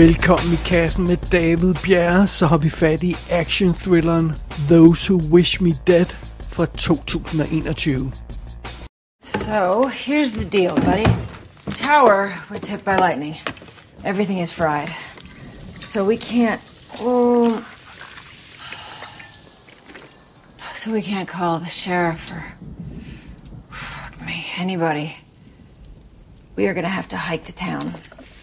Velkommen i kassen med David Bjerre, så har vi fat i action-thrilleren Those Who Wish Me Dead fra 2021. So, here's the deal, buddy. The tower was hit by lightning. Everything is fried. So we can't... So we can't call the sheriff or... Fuck me, anybody. We are gonna have to hike to town.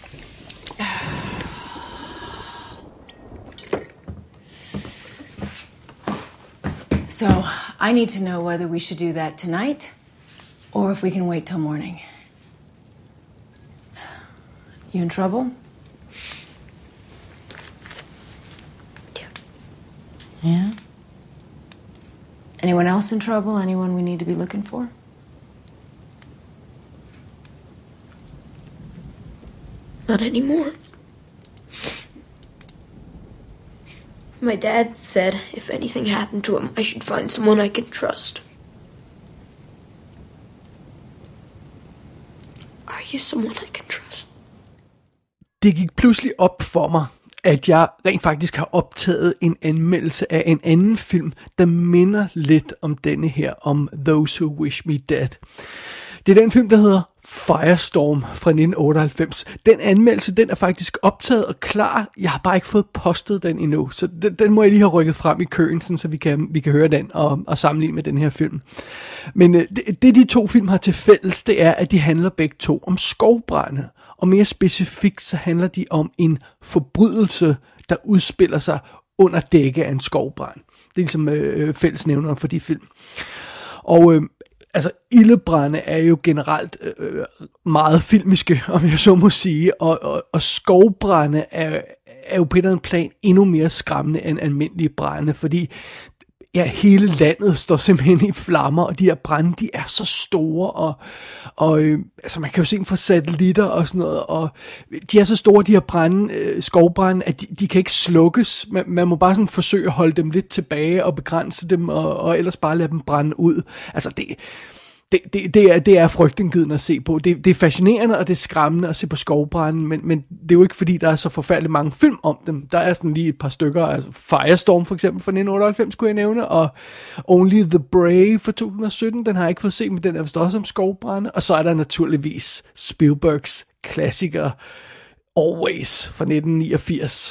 So, I need to know whether we should do that tonight, or if we can wait till morning. You in trouble? Yeah? Anyone else in trouble? Anyone we need to be looking for? Not anymore. My dad said if anything happened to him, I should find someone I can trust. Are you someone I can trust? Det gik pludselig op for mig, at jeg rent faktisk har optaget en anmeldelse af en anden film, der minder lidt om denne her, om Those Who Wish Me Dead. Det er den film, der hedder Firestorm fra 1998. Den anmeldelse, den er faktisk optaget og klar. Jeg har bare ikke fået postet den endnu, så den må jeg lige have rykket frem i køen, så vi kan høre den og sammenligne med den her film. Men det de to film har til fælles, det er, at de handler begge to om skovbrande. Og mere specifikt, så handler de om en forbrydelse, der udspiller sig under dække af en skovbrand. Det er ligesom fællesnævneren for de film. Og altså, ildebrande er jo generelt meget filmiske, om jeg så må sige, og skovbrande er jo på et eller andet plan endnu mere skræmmende end almindelige brande, fordi ja, hele landet står simpelthen i flammer, og de her brande, de er så store, og altså man kan jo se dem fra satellitter og sådan noget, og de er så store, de her skovbrande, at de kan ikke slukkes. Man må bare sådan forsøge at holde dem lidt tilbage og begrænse dem, og ellers bare lade dem brænde ud. Altså det er frygtindgydende at se på. Det er fascinerende, og det er skræmmende at se på skovbranden, men det er jo ikke fordi, der er så forfærdeligt mange film om dem. Der er sådan lige et par stykker, altså Firestorm for eksempel fra 1998, kunne jeg nævne, og Only the Brave fra 2017, den har jeg ikke fået set, men den er vist også om skovbrande. Og så er der naturligvis Spielbergs klassiker Always fra 1989.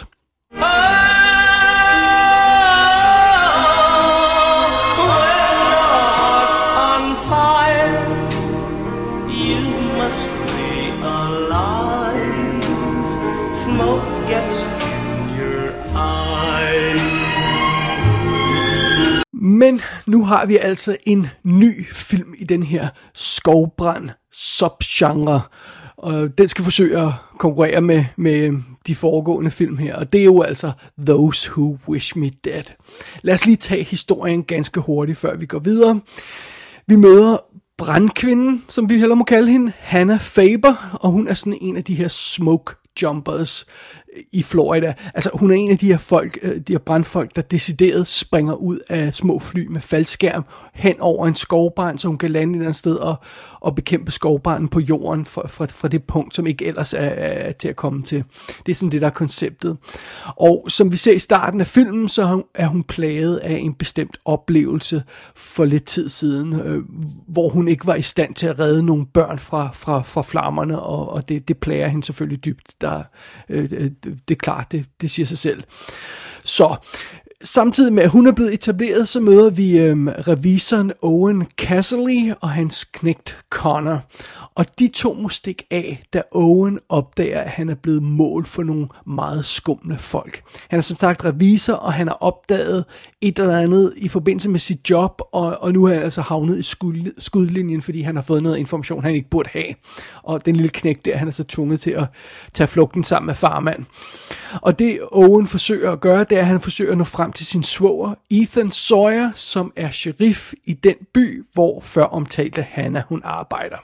Men nu har vi altså en ny film i den her skovbrand subgenre, og den skal forsøge at konkurrere med de foregående film her, og det er jo altså Those Who Wish Me Dead. Lad os lige tage historien ganske hurtigt, før vi går videre. Vi møder brandkvinden, som vi heller må kalde hende, Hannah Faber, og hun er sådan en af de her smoke jumpers i Florida. Altså hun er en af de her brandfolk, der decideret springer ud af små fly med faldskærm hen over en skovbrand, så hun kan lande et eller andet sted og bekæmpe skovbranden på jorden fra det punkt, som ikke ellers er til at komme til. Det er sådan det, der er konceptet. Og som vi ser i starten af filmen, så er hun plaget af en bestemt oplevelse for lidt tid siden, hvor hun ikke var i stand til at redde nogle børn fra flammerne, og det plager hende selvfølgelig dybt. Det er klart, det siger sig selv. Så samtidig med at hun er blevet etableret, så møder vi revisoren Owen Casserly og hans knægt Connor. Og de to må stikke af, da Owen opdager, at han er blevet mål for nogle meget skumle folk. Han er som sagt revisor, og han har opdaget et eller andet i forbindelse med sit job, og nu er han altså havnet i skudlinjen, fordi han har fået noget information, han ikke burde have. Og den lille knægt der, han er så tvunget til at tage flugten sammen med farmand. Og det Owen forsøger at gøre, det er, at han forsøger at nå frem til sin svoger, Ethan Sawyer, som er sheriff i den by, hvor før omtalte Hannah, hun arbejder.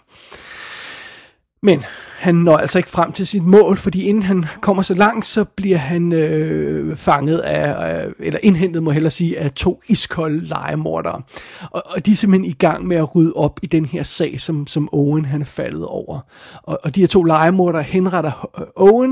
Men han når altså ikke frem til sit mål, fordi inden han kommer så langt, så bliver han fanget af, eller indhentet må jeg hellere sige, af 2 iskolde legemordere. Og de er simpelthen i gang med at rydde op i den her sag, som Owen han er faldet over. Og de her 2 legemordere henretter Owen,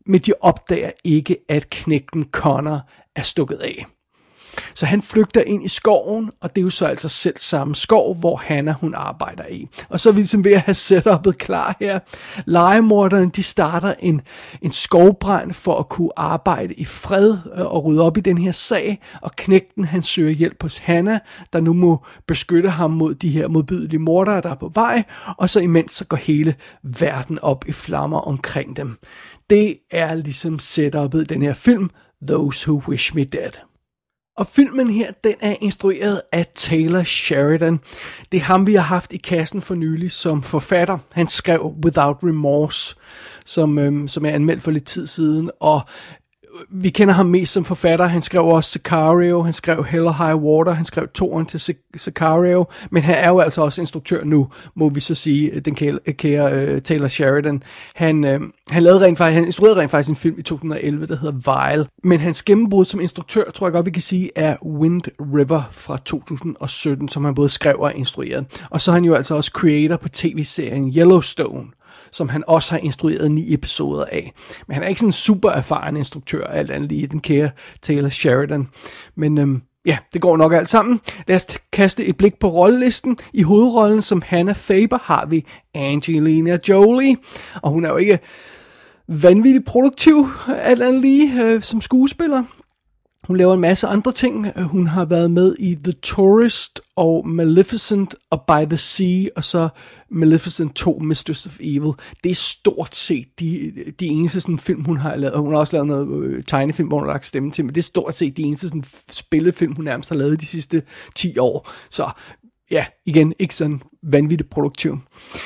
men de opdager ikke, at knægten Connor er stukket af. Så han flygter ind i skoven, og det er jo så altså selv samme skov, hvor Hannah hun arbejder i. Og så er vi ligesom ved at have setupet klar her. Lejemorderne, de starter en skovbrand for at kunne arbejde i fred og rydde op i den her sag, og knægten han søger hjælp hos Hannah, der nu må beskytte ham mod de her modbydelige mordere, der er på vej, og så imens så går hele verden op i flammer omkring dem. Det er ligesom setupet i den her film, Those Who Wish Me Dead. Og filmen her, den er instrueret af Taylor Sheridan. Det er ham, vi har haft i kassen for nylig som forfatter. Han skrev Without Remorse, som er anmeldt for lidt tid siden, og vi kender ham mest som forfatter. Han skrev også Sicario, han skrev Hell or High Water, han skrev toeren til Sicario, men han er jo altså også instruktør nu, må vi så sige, den kære Taylor Sheridan. Han instruerede rent faktisk en film i 2011, der hedder Vile, men hans gennembrud som instruktør, tror jeg godt, vi kan sige, er Wind River fra 2017, som han både skrev og instruerede. Og så er han jo altså også creator på tv-serien Yellowstone, som han også har instrueret 9 episoder af. Men han er ikke sådan en super erfaren instruktør, alt andet lige, den kære Taylor Sheridan. Men ja, det går nok alt sammen. Lad os kaste et blik på rollelisten. I hovedrollen som Hannah Faber har vi Angelina Jolie, og hun er jo ikke vanvittigt produktiv, alt andet lige, som skuespiller. Hun laver en masse andre ting. Hun har været med i The Tourist og Maleficent og By the Sea, og så Maleficent 2, Mistress of Evil. Det er stort set de eneste sådan film, hun har lavet. Hun har også lavet noget tegnefilm, hvor hun har lagt stemme til, men det er stort set de eneste sådan spillefilm, hun nærmest har lavet de sidste 10 år. Så ja, igen, ikke sådan vanvittigt produktiv.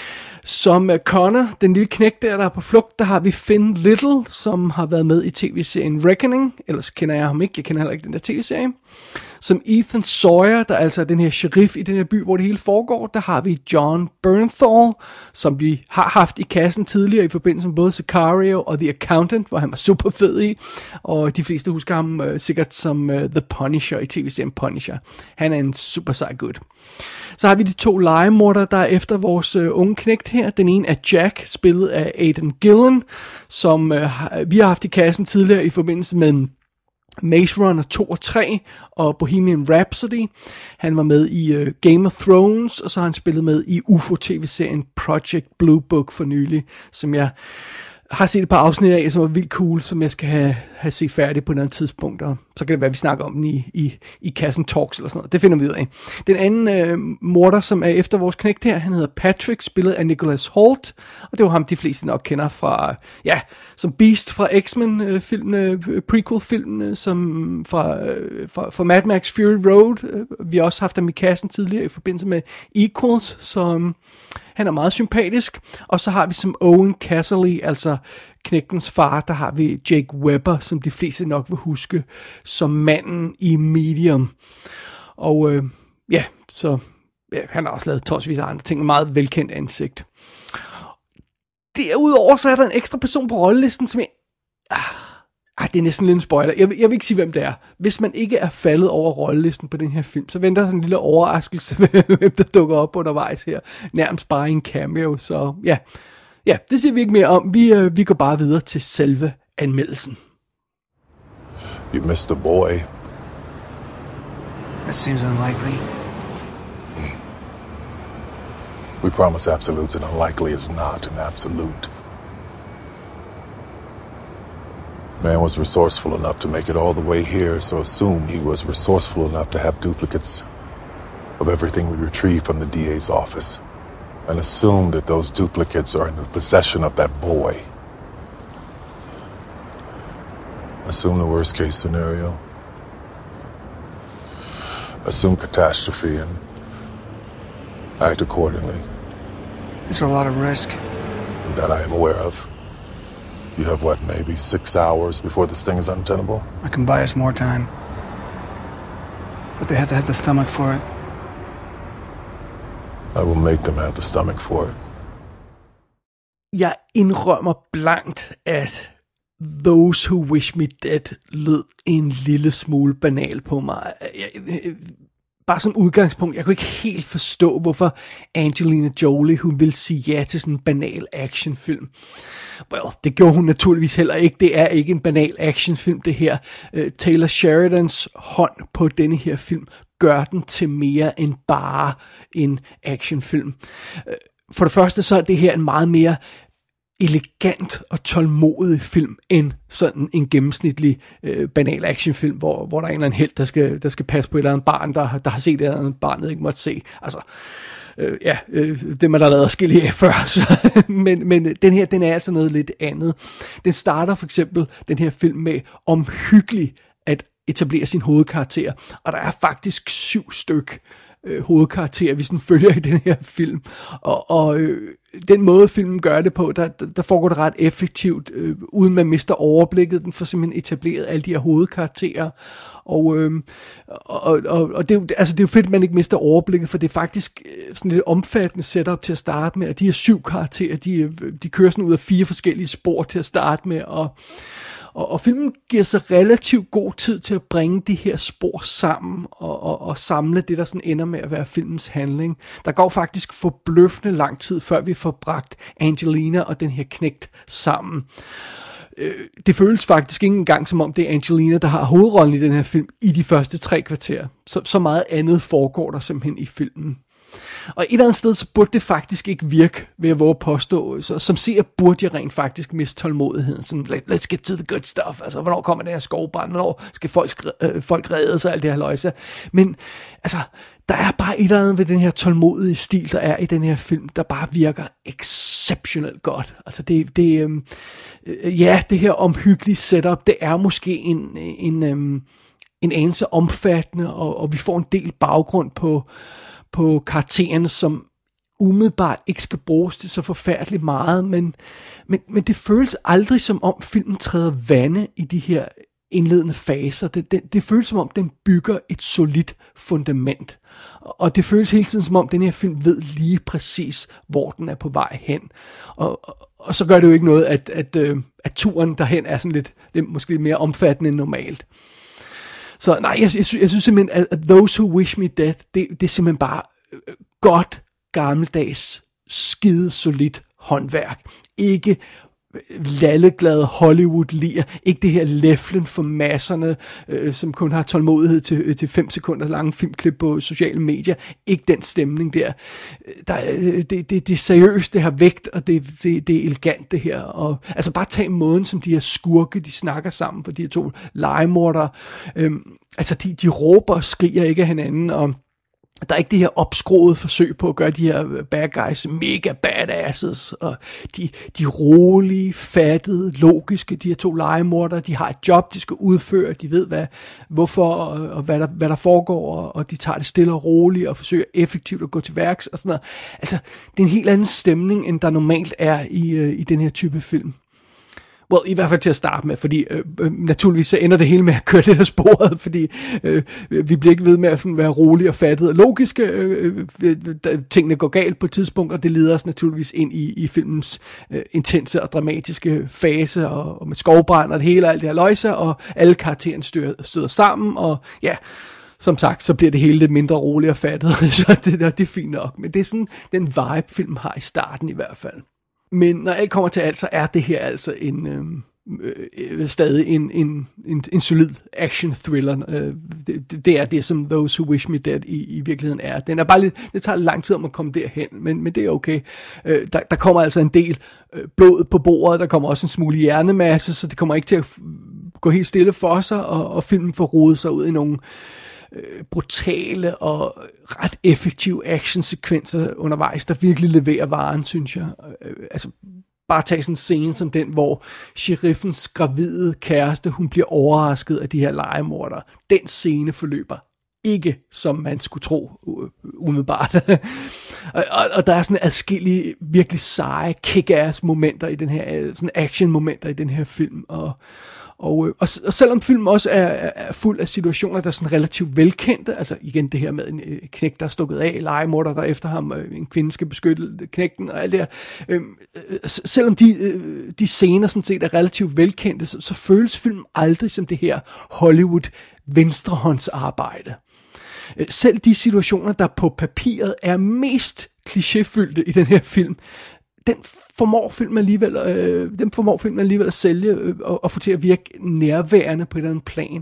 Som Connor, den lille knægt der er på flugt, der har vi Finn Little, som har været med i tv-serien Reckoning. Ellers kender jeg ham ikke, jeg kender heller ikke den der tv-serie. Som Ethan Sawyer, der altså er den her sheriff i den her by, hvor det hele foregår, der har vi John Bernthal, som vi har haft i kassen tidligere i forbindelse med både Sicario og The Accountant, hvor han var super fed i. Og de fleste husker ham sikkert som The Punisher i tv-serien Punisher. Han er en super sej gut. Så har vi de 2 lejemordere, der er efter vores unge knægt her. Den ene er Jack, spillet af Aidan Gillen, som vi har haft i kassen tidligere i forbindelse med Maze Runner 2 og 3 og Bohemian Rhapsody. Han var med i Game of Thrones, og så har han spillet med i UFO-tv-serien Project Blue Book for nylig, som jeg har set et par afsnit af, som er vildt cool, som jeg skal have set færdigt på et andet tidspunkt, og så kan det være, at vi snakker om den i kassen Talks eller sådan noget. Det finder vi ud af. Den anden morder, som er efter vores knægt her, han hedder Patrick, spillet af Nicholas Hoult, og det var ham, de fleste nok kender fra, ja, som Beast fra X-Men-filmen, prequel-filmen, som fra Mad Max Fury Road. Vi har også haft ham i kassen tidligere i forbindelse med Equals, som han er meget sympatisk. Og så har vi som Owen Casserly, altså knægtens far, der har vi Jake Webber, som de fleste nok vil huske som manden i Medium. Og ja, så ja, han har også lavet tonsvis af andre ting, meget velkendt ansigt. Derudover så er der en ekstra person på rollelisten, som det er næsten lidt en spoiler. Jeg vil ikke sige, hvem det er. Hvis man ikke er faldet over rollelisten på den her film, så venter sådan en lille overraskelse, hvem der dukker op undervejs her. Nærmest bare en cameo, så ja, det siger vi ikke mere om. Vi går bare videre til selve anmeldelsen. You missed a boy. That seems unlikely. We promise absolutes, and unlikely is not an absolute. Man was resourceful enough to make it all the way here, so assume he was resourceful enough to have duplicates of everything we retrieve from the DA's office. And assume that those duplicates are in the possession of that boy. Assume the worst case scenario. Assume catastrophe and act accordingly. It's a lot of risk. That I am aware of. You have what, maybe 6 hours before this thing is untenable? I can buy us more time. But they have to have the stomach for it. I will make them have the stomach for it. Jeg indrømmer blankt, at Those Who Wish Me Dead lød en lille smule banal på mig. bare som udgangspunkt, jeg kunne ikke helt forstå, hvorfor Angelina Jolie, hun ville sige ja til sådan en banal actionfilm. Well, det gjorde hun naturligvis heller ikke. Det er ikke en banal actionfilm, det her. Taylor Sheridans hånd på denne her film gør den til mere end bare en actionfilm. For det første så er det her en meget mere elegant og tålmodig film end sådan en gennemsnitlig banal actionfilm, hvor der er en eller anden helt, der skal passe på et eller andet barn, der har set et eller andet barnet ikke måtte se. Altså, det man der lavet skille af før. Så, men den her, den er altså noget lidt andet. Den starter for eksempel, den her film, med omhyggeligt at etablere sin hovedkarakter, og der er faktisk 7 styk hovedkarakterer, vi sådan følger i den her film, og den måde filmen gør det på, der foregår det ret effektivt, uden man mister overblikket. Den får simpelthen etableret alle de her hovedkarakterer, og det er jo fedt, at man ikke mister overblikket, for det er faktisk sådan lidt omfattende setup til at starte med, og de her 7 karakterer, de kører sådan ud af 4 forskellige spor til at starte med, og filmen giver sig relativt god tid til at bringe de her spor sammen og samle det, der sådan ender med at være filmens handling. Der går faktisk forbløffende lang tid, før vi får bragt Angelina og den her knægt sammen. Det føles faktisk ikke engang, som om det er Angelina, der har hovedrollen i den her film i de første 3 kvarter. Så meget andet foregår der simpelthen i filmen. Og et eller andet sted, så burde det faktisk ikke virke, ved at våge påstå. Så som ser, burde jeg rent faktisk miste tålmodigheden. Sådan, let's get to the good stuff. Altså, hvornår kommer den her skovbrand? Hvornår skal folk redde sig? Alt det her løjse. Men, altså, der er bare et eller andet ved den her tålmodige stil, der er i den her film, der bare virker exceptionelt godt. Altså, det her omhyggelige setup, det er måske en anelse omfattende, og vi får en del baggrund på karaktererne, som umiddelbart ikke skal bruges til så forfærdeligt meget, men det føles aldrig som om filmen træder vande i de her indledende faser. Det føles som om den bygger et solidt fundament, og det føles hele tiden som om den her film ved lige præcis, hvor den er på vej hen, og så gør det jo ikke noget, at turen derhen er sådan lidt måske lidt mere omfattende end normalt. Så nej, jeg synes simpelthen, at Those Who Wish Me Death, det er simpelthen bare godt, gammeldags, skide solidt håndværk. Ikke lalleglade Hollywood-lir, ikke det her læflen for masserne, som kun har tålmodighed til 5 sekunder lange filmklip på sociale medier. Ikke den stemning der. Det er seriøst, det har vægt, og det er elegant det her. Og, altså bare tag måden, som de her skurke, de snakker sammen, for de her 2 legemordere. Altså de råber og skriger ikke af hinanden, og der er ikke det her opskruede forsøg på at gøre de her bad guys mega badasses, og de rolige, fattede, logiske, de her 2 legemordere, de har et job, de skal udføre, de ved hvorfor og hvad der foregår, og de tager det stille og roligt og forsøger effektivt at gå til værks og sådan noget. Altså, det er en helt anden stemning, end der normalt er i den her type film. Well, i hvert fald til at starte med, fordi naturligvis så ender det hele med at køre det her sporet, fordi vi bliver ikke ved med at være rolige og fattede og logiske. Tingene går galt på et tidspunkt, og det leder os naturligvis ind i filmens intense og dramatiske fase, og med skovbrand og det hele og alt det her løjser, og alle karaktererne støder sammen, og ja, som sagt, så bliver det hele lidt mindre roligt og fattet, så det er fint nok. Men det er sådan den vibe, filmen har i starten i hvert fald. Men når alt kommer til alt, så er det her altså stadig en solid action thriller. Det er det, som Those Who Wish Me Dead i virkeligheden er. Den er bare lidt, det tager lang tid om at komme derhen, men det er okay. Der kommer altså en del blod på bordet, der kommer også en smule hjernemasse, så det kommer ikke til at gå helt stille for sig, og filmen får rodet sig ud i nogle brutale og ret effektive actionsekvenser undervejs, der virkelig leverer varen, synes jeg. Altså, bare tage sådan en scene som den, hvor sheriffens gravide kæreste, hun bliver overrasket af de her legemordere. Den scene forløber ikke, som man skulle tro, umiddelbart. og der er sådan adskillige, virkelig seje, kick-ass momenter i den her, sådan action momenter i den her film, og selvom filmen også er fuld af situationer, der er sådan relativt velkendte, altså igen det her med en knægt, der er stukket af, legemorder, der efter ham, en kvinde skal beskytte knægten og alt det her. Selvom de scener sådan set er relativt velkendte, så føles filmen aldrig som det her Hollywood venstrehåndsarbejde. Selv de situationer, der på papiret er mest klichéfyldte i den her film, den formår filmen alligevel at sælge og få til at virke nærværende på et eller andet plan.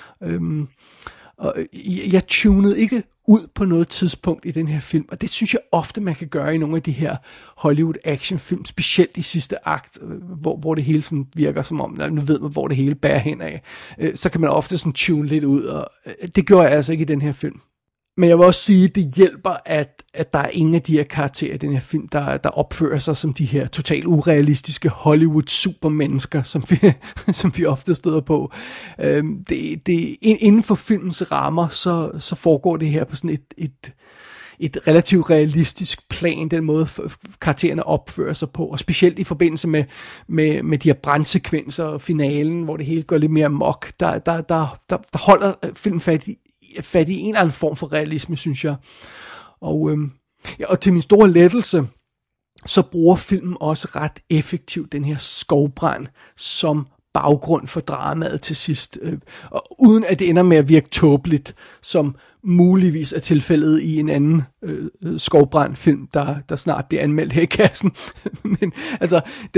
Og jeg tunede ikke ud på noget tidspunkt i den her film, og det synes jeg ofte, man kan gøre i nogle af de her Hollywood actionfilm, specielt i sidste akt, hvor det hele sådan virker som om, nu ved man, hvor det hele bærer hen af. Så kan man ofte sådan tune lidt ud, og det gjorde jeg altså ikke i den her film. Men jeg vil også sige, at det hjælper, at der er ingen af de her karakterer i den her film, der opfører sig som de her totalt urealistiske Hollywood-supermennesker, som vi ofte støder på. Inden for filmens rammer, så foregår det her på sådan et relativt realistisk plan, den måde karaktererne opfører sig på, og specielt i forbindelse med de her brandsekvenser og finalen, hvor det hele går lidt mere amok, der holder filmen fat i en eller anden form for realisme, synes jeg. Og til min store lettelse, så bruger filmen også ret effektivt den her skovbrand som baggrund for dramaet til sidst, og uden at det ender med at virke tåbeligt, som muligvis er tilfældet i en anden skovbrandfilm, der snart bliver anmeldt her i kassen. Men altså,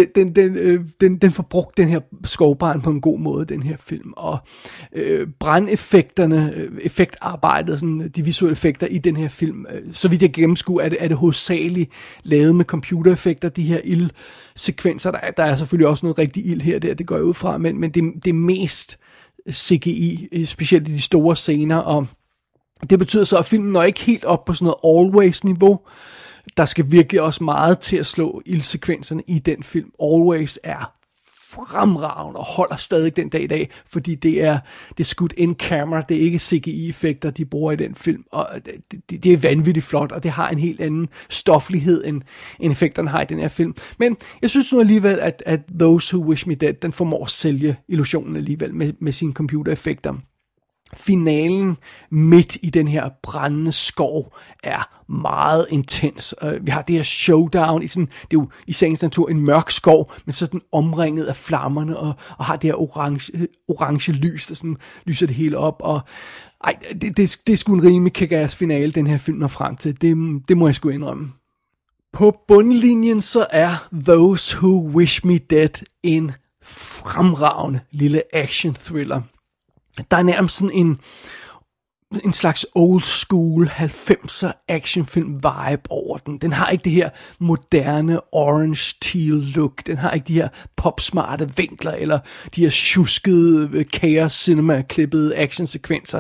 den får brugt den her skovbrand på en god måde, den her film, og brandeffekterne, effektarbejdet, sådan, de visuelle effekter i den her film, så vidt jeg gennemskue, er det hovedsageligt lavet med computereffekter, de her ildsekvenser. Der er selvfølgelig også noget rigtig ild her, det går jeg ud fra, men det er mest CGI, specielt i de store scener, og det betyder så, at filmen når ikke helt op på sådan noget Always-niveau. Der skal virkelig også meget til at slå ildsekvenserne i den film. Always er fremragende og holder stadig den dag i dag, fordi det er skudt in camera, det er ikke CGI-effekter, de bruger i den film, og det er vanvittigt flot, og det har en helt anden stoflighed, end effekterne har i den her film. Men jeg synes nu alligevel, at Those Who Wish Me Dead, den formår at sælge illusionen alligevel med sine computereffekter. Finalen midt i den her brændende skov er meget intens. Vi har det her showdown i sådan, det er jo i sagens natur en mørk skov, men så den omringet af flammerne og har det her orange lys, der sådan lyser det hele op. Og det er sgu en rimelig kick-ass finale, den her film når frem til. Det må jeg sgu indrømme. På bundlinjen så er Those Who Wish Me Dead en fremragende lille action thriller. Der er nærmest sådan en slags old school 90'er actionfilm vibe over den. Den har ikke det her moderne orange teal look. Den har ikke de her popsmarte vinkler eller de her tjuskede chaos cinema klippede actionsekvenser.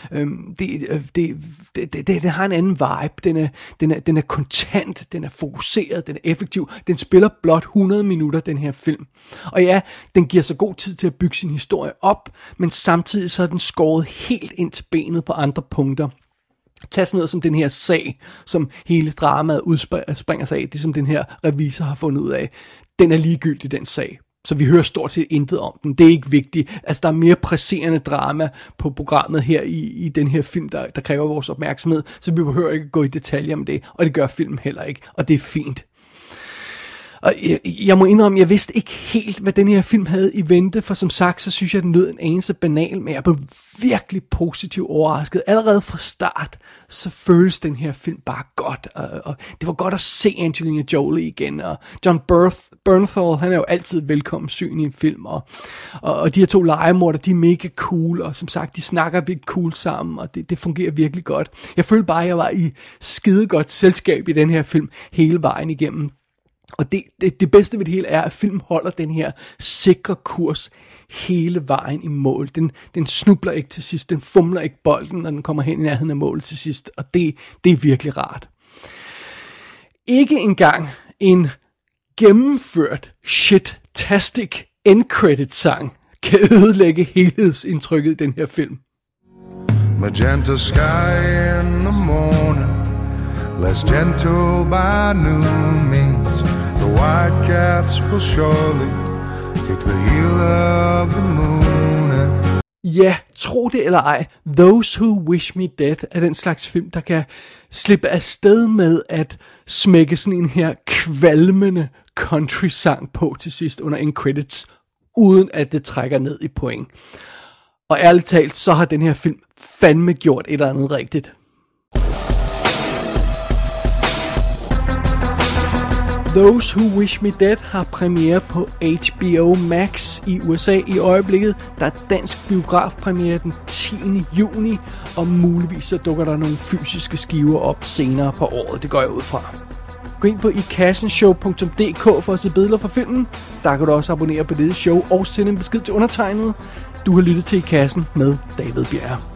Den har en anden vibe. Den er kontant, den er fokuseret, den er effektiv. Den spiller blot 100 minutter, den her film. Og ja, den giver så god tid til at bygge sin historie op, men samtidig så er den skåret helt ind til benet på andre punkter. Tag sådan noget som den her sag, som hele dramaet udspringer sig af, det som den her revisor har fundet ud af. Den er ligegyldig, den sag. Så vi hører stort set intet om den. Det er ikke vigtigt. Altså, der er mere presserende drama på programmet her i den her film, der kræver vores opmærksomhed, så vi behøver ikke gå i detaljer om det, og det gør filmen heller ikke, og det er fint. Og jeg må indrømme, jeg vidste ikke helt, hvad den her film havde i vente, for som sagt, så synes jeg, den lød en anelse banal, men jeg blev virkelig positivt overrasket. Allerede fra start, så føles den her film bare godt, og det var godt at se Angelina Jolie igen, og John Bernthal, han er jo altid velkommen syn i en film, og de her to legemordere, de er mega cool, og som sagt, de snakker virkelig cool sammen, og det fungerer virkelig godt. Jeg følte bare, at jeg var i skidegodt selskab i den her film hele vejen igennem. Og det bedste ved det hele er, at filmen holder den her sikre kurs hele vejen i mål. Den snubler ikke til sidst, den fumler ikke bolden, når den kommer hen i nærheden af målet til sidst, og det er virkelig rart. Ikke engang en gennemført shit-tastic end-credit-sang kan ødelægge helhedsindtrykket i den her film. Magenta sky in the morning, less gentle by noon means the white caps will surely kick the heel of the moon. Ja, tro det eller ej, Those Who Wish Me Dead er den slags film, der kan slippe afsted med at smække sådan en her kvalmende country-sang på til sidst under end credits, uden at det trækker ned i point. Og ærligt talt, så har den her film fandme gjort et eller andet rigtigt. Those Who Wish Me Dead har premiere på HBO Max i USA i øjeblikket. Der er dansk biografpremiere den 10. juni, og muligvis så dukker der nogle fysiske skiver op senere på året. Det går jeg ud fra. Gå ind på ikassenshow.dk for at se billeder fra filmen. Der kan du også abonnere på dette show og sende en besked til undertegnet. Du har lyttet til I Kassen med David Bjerre.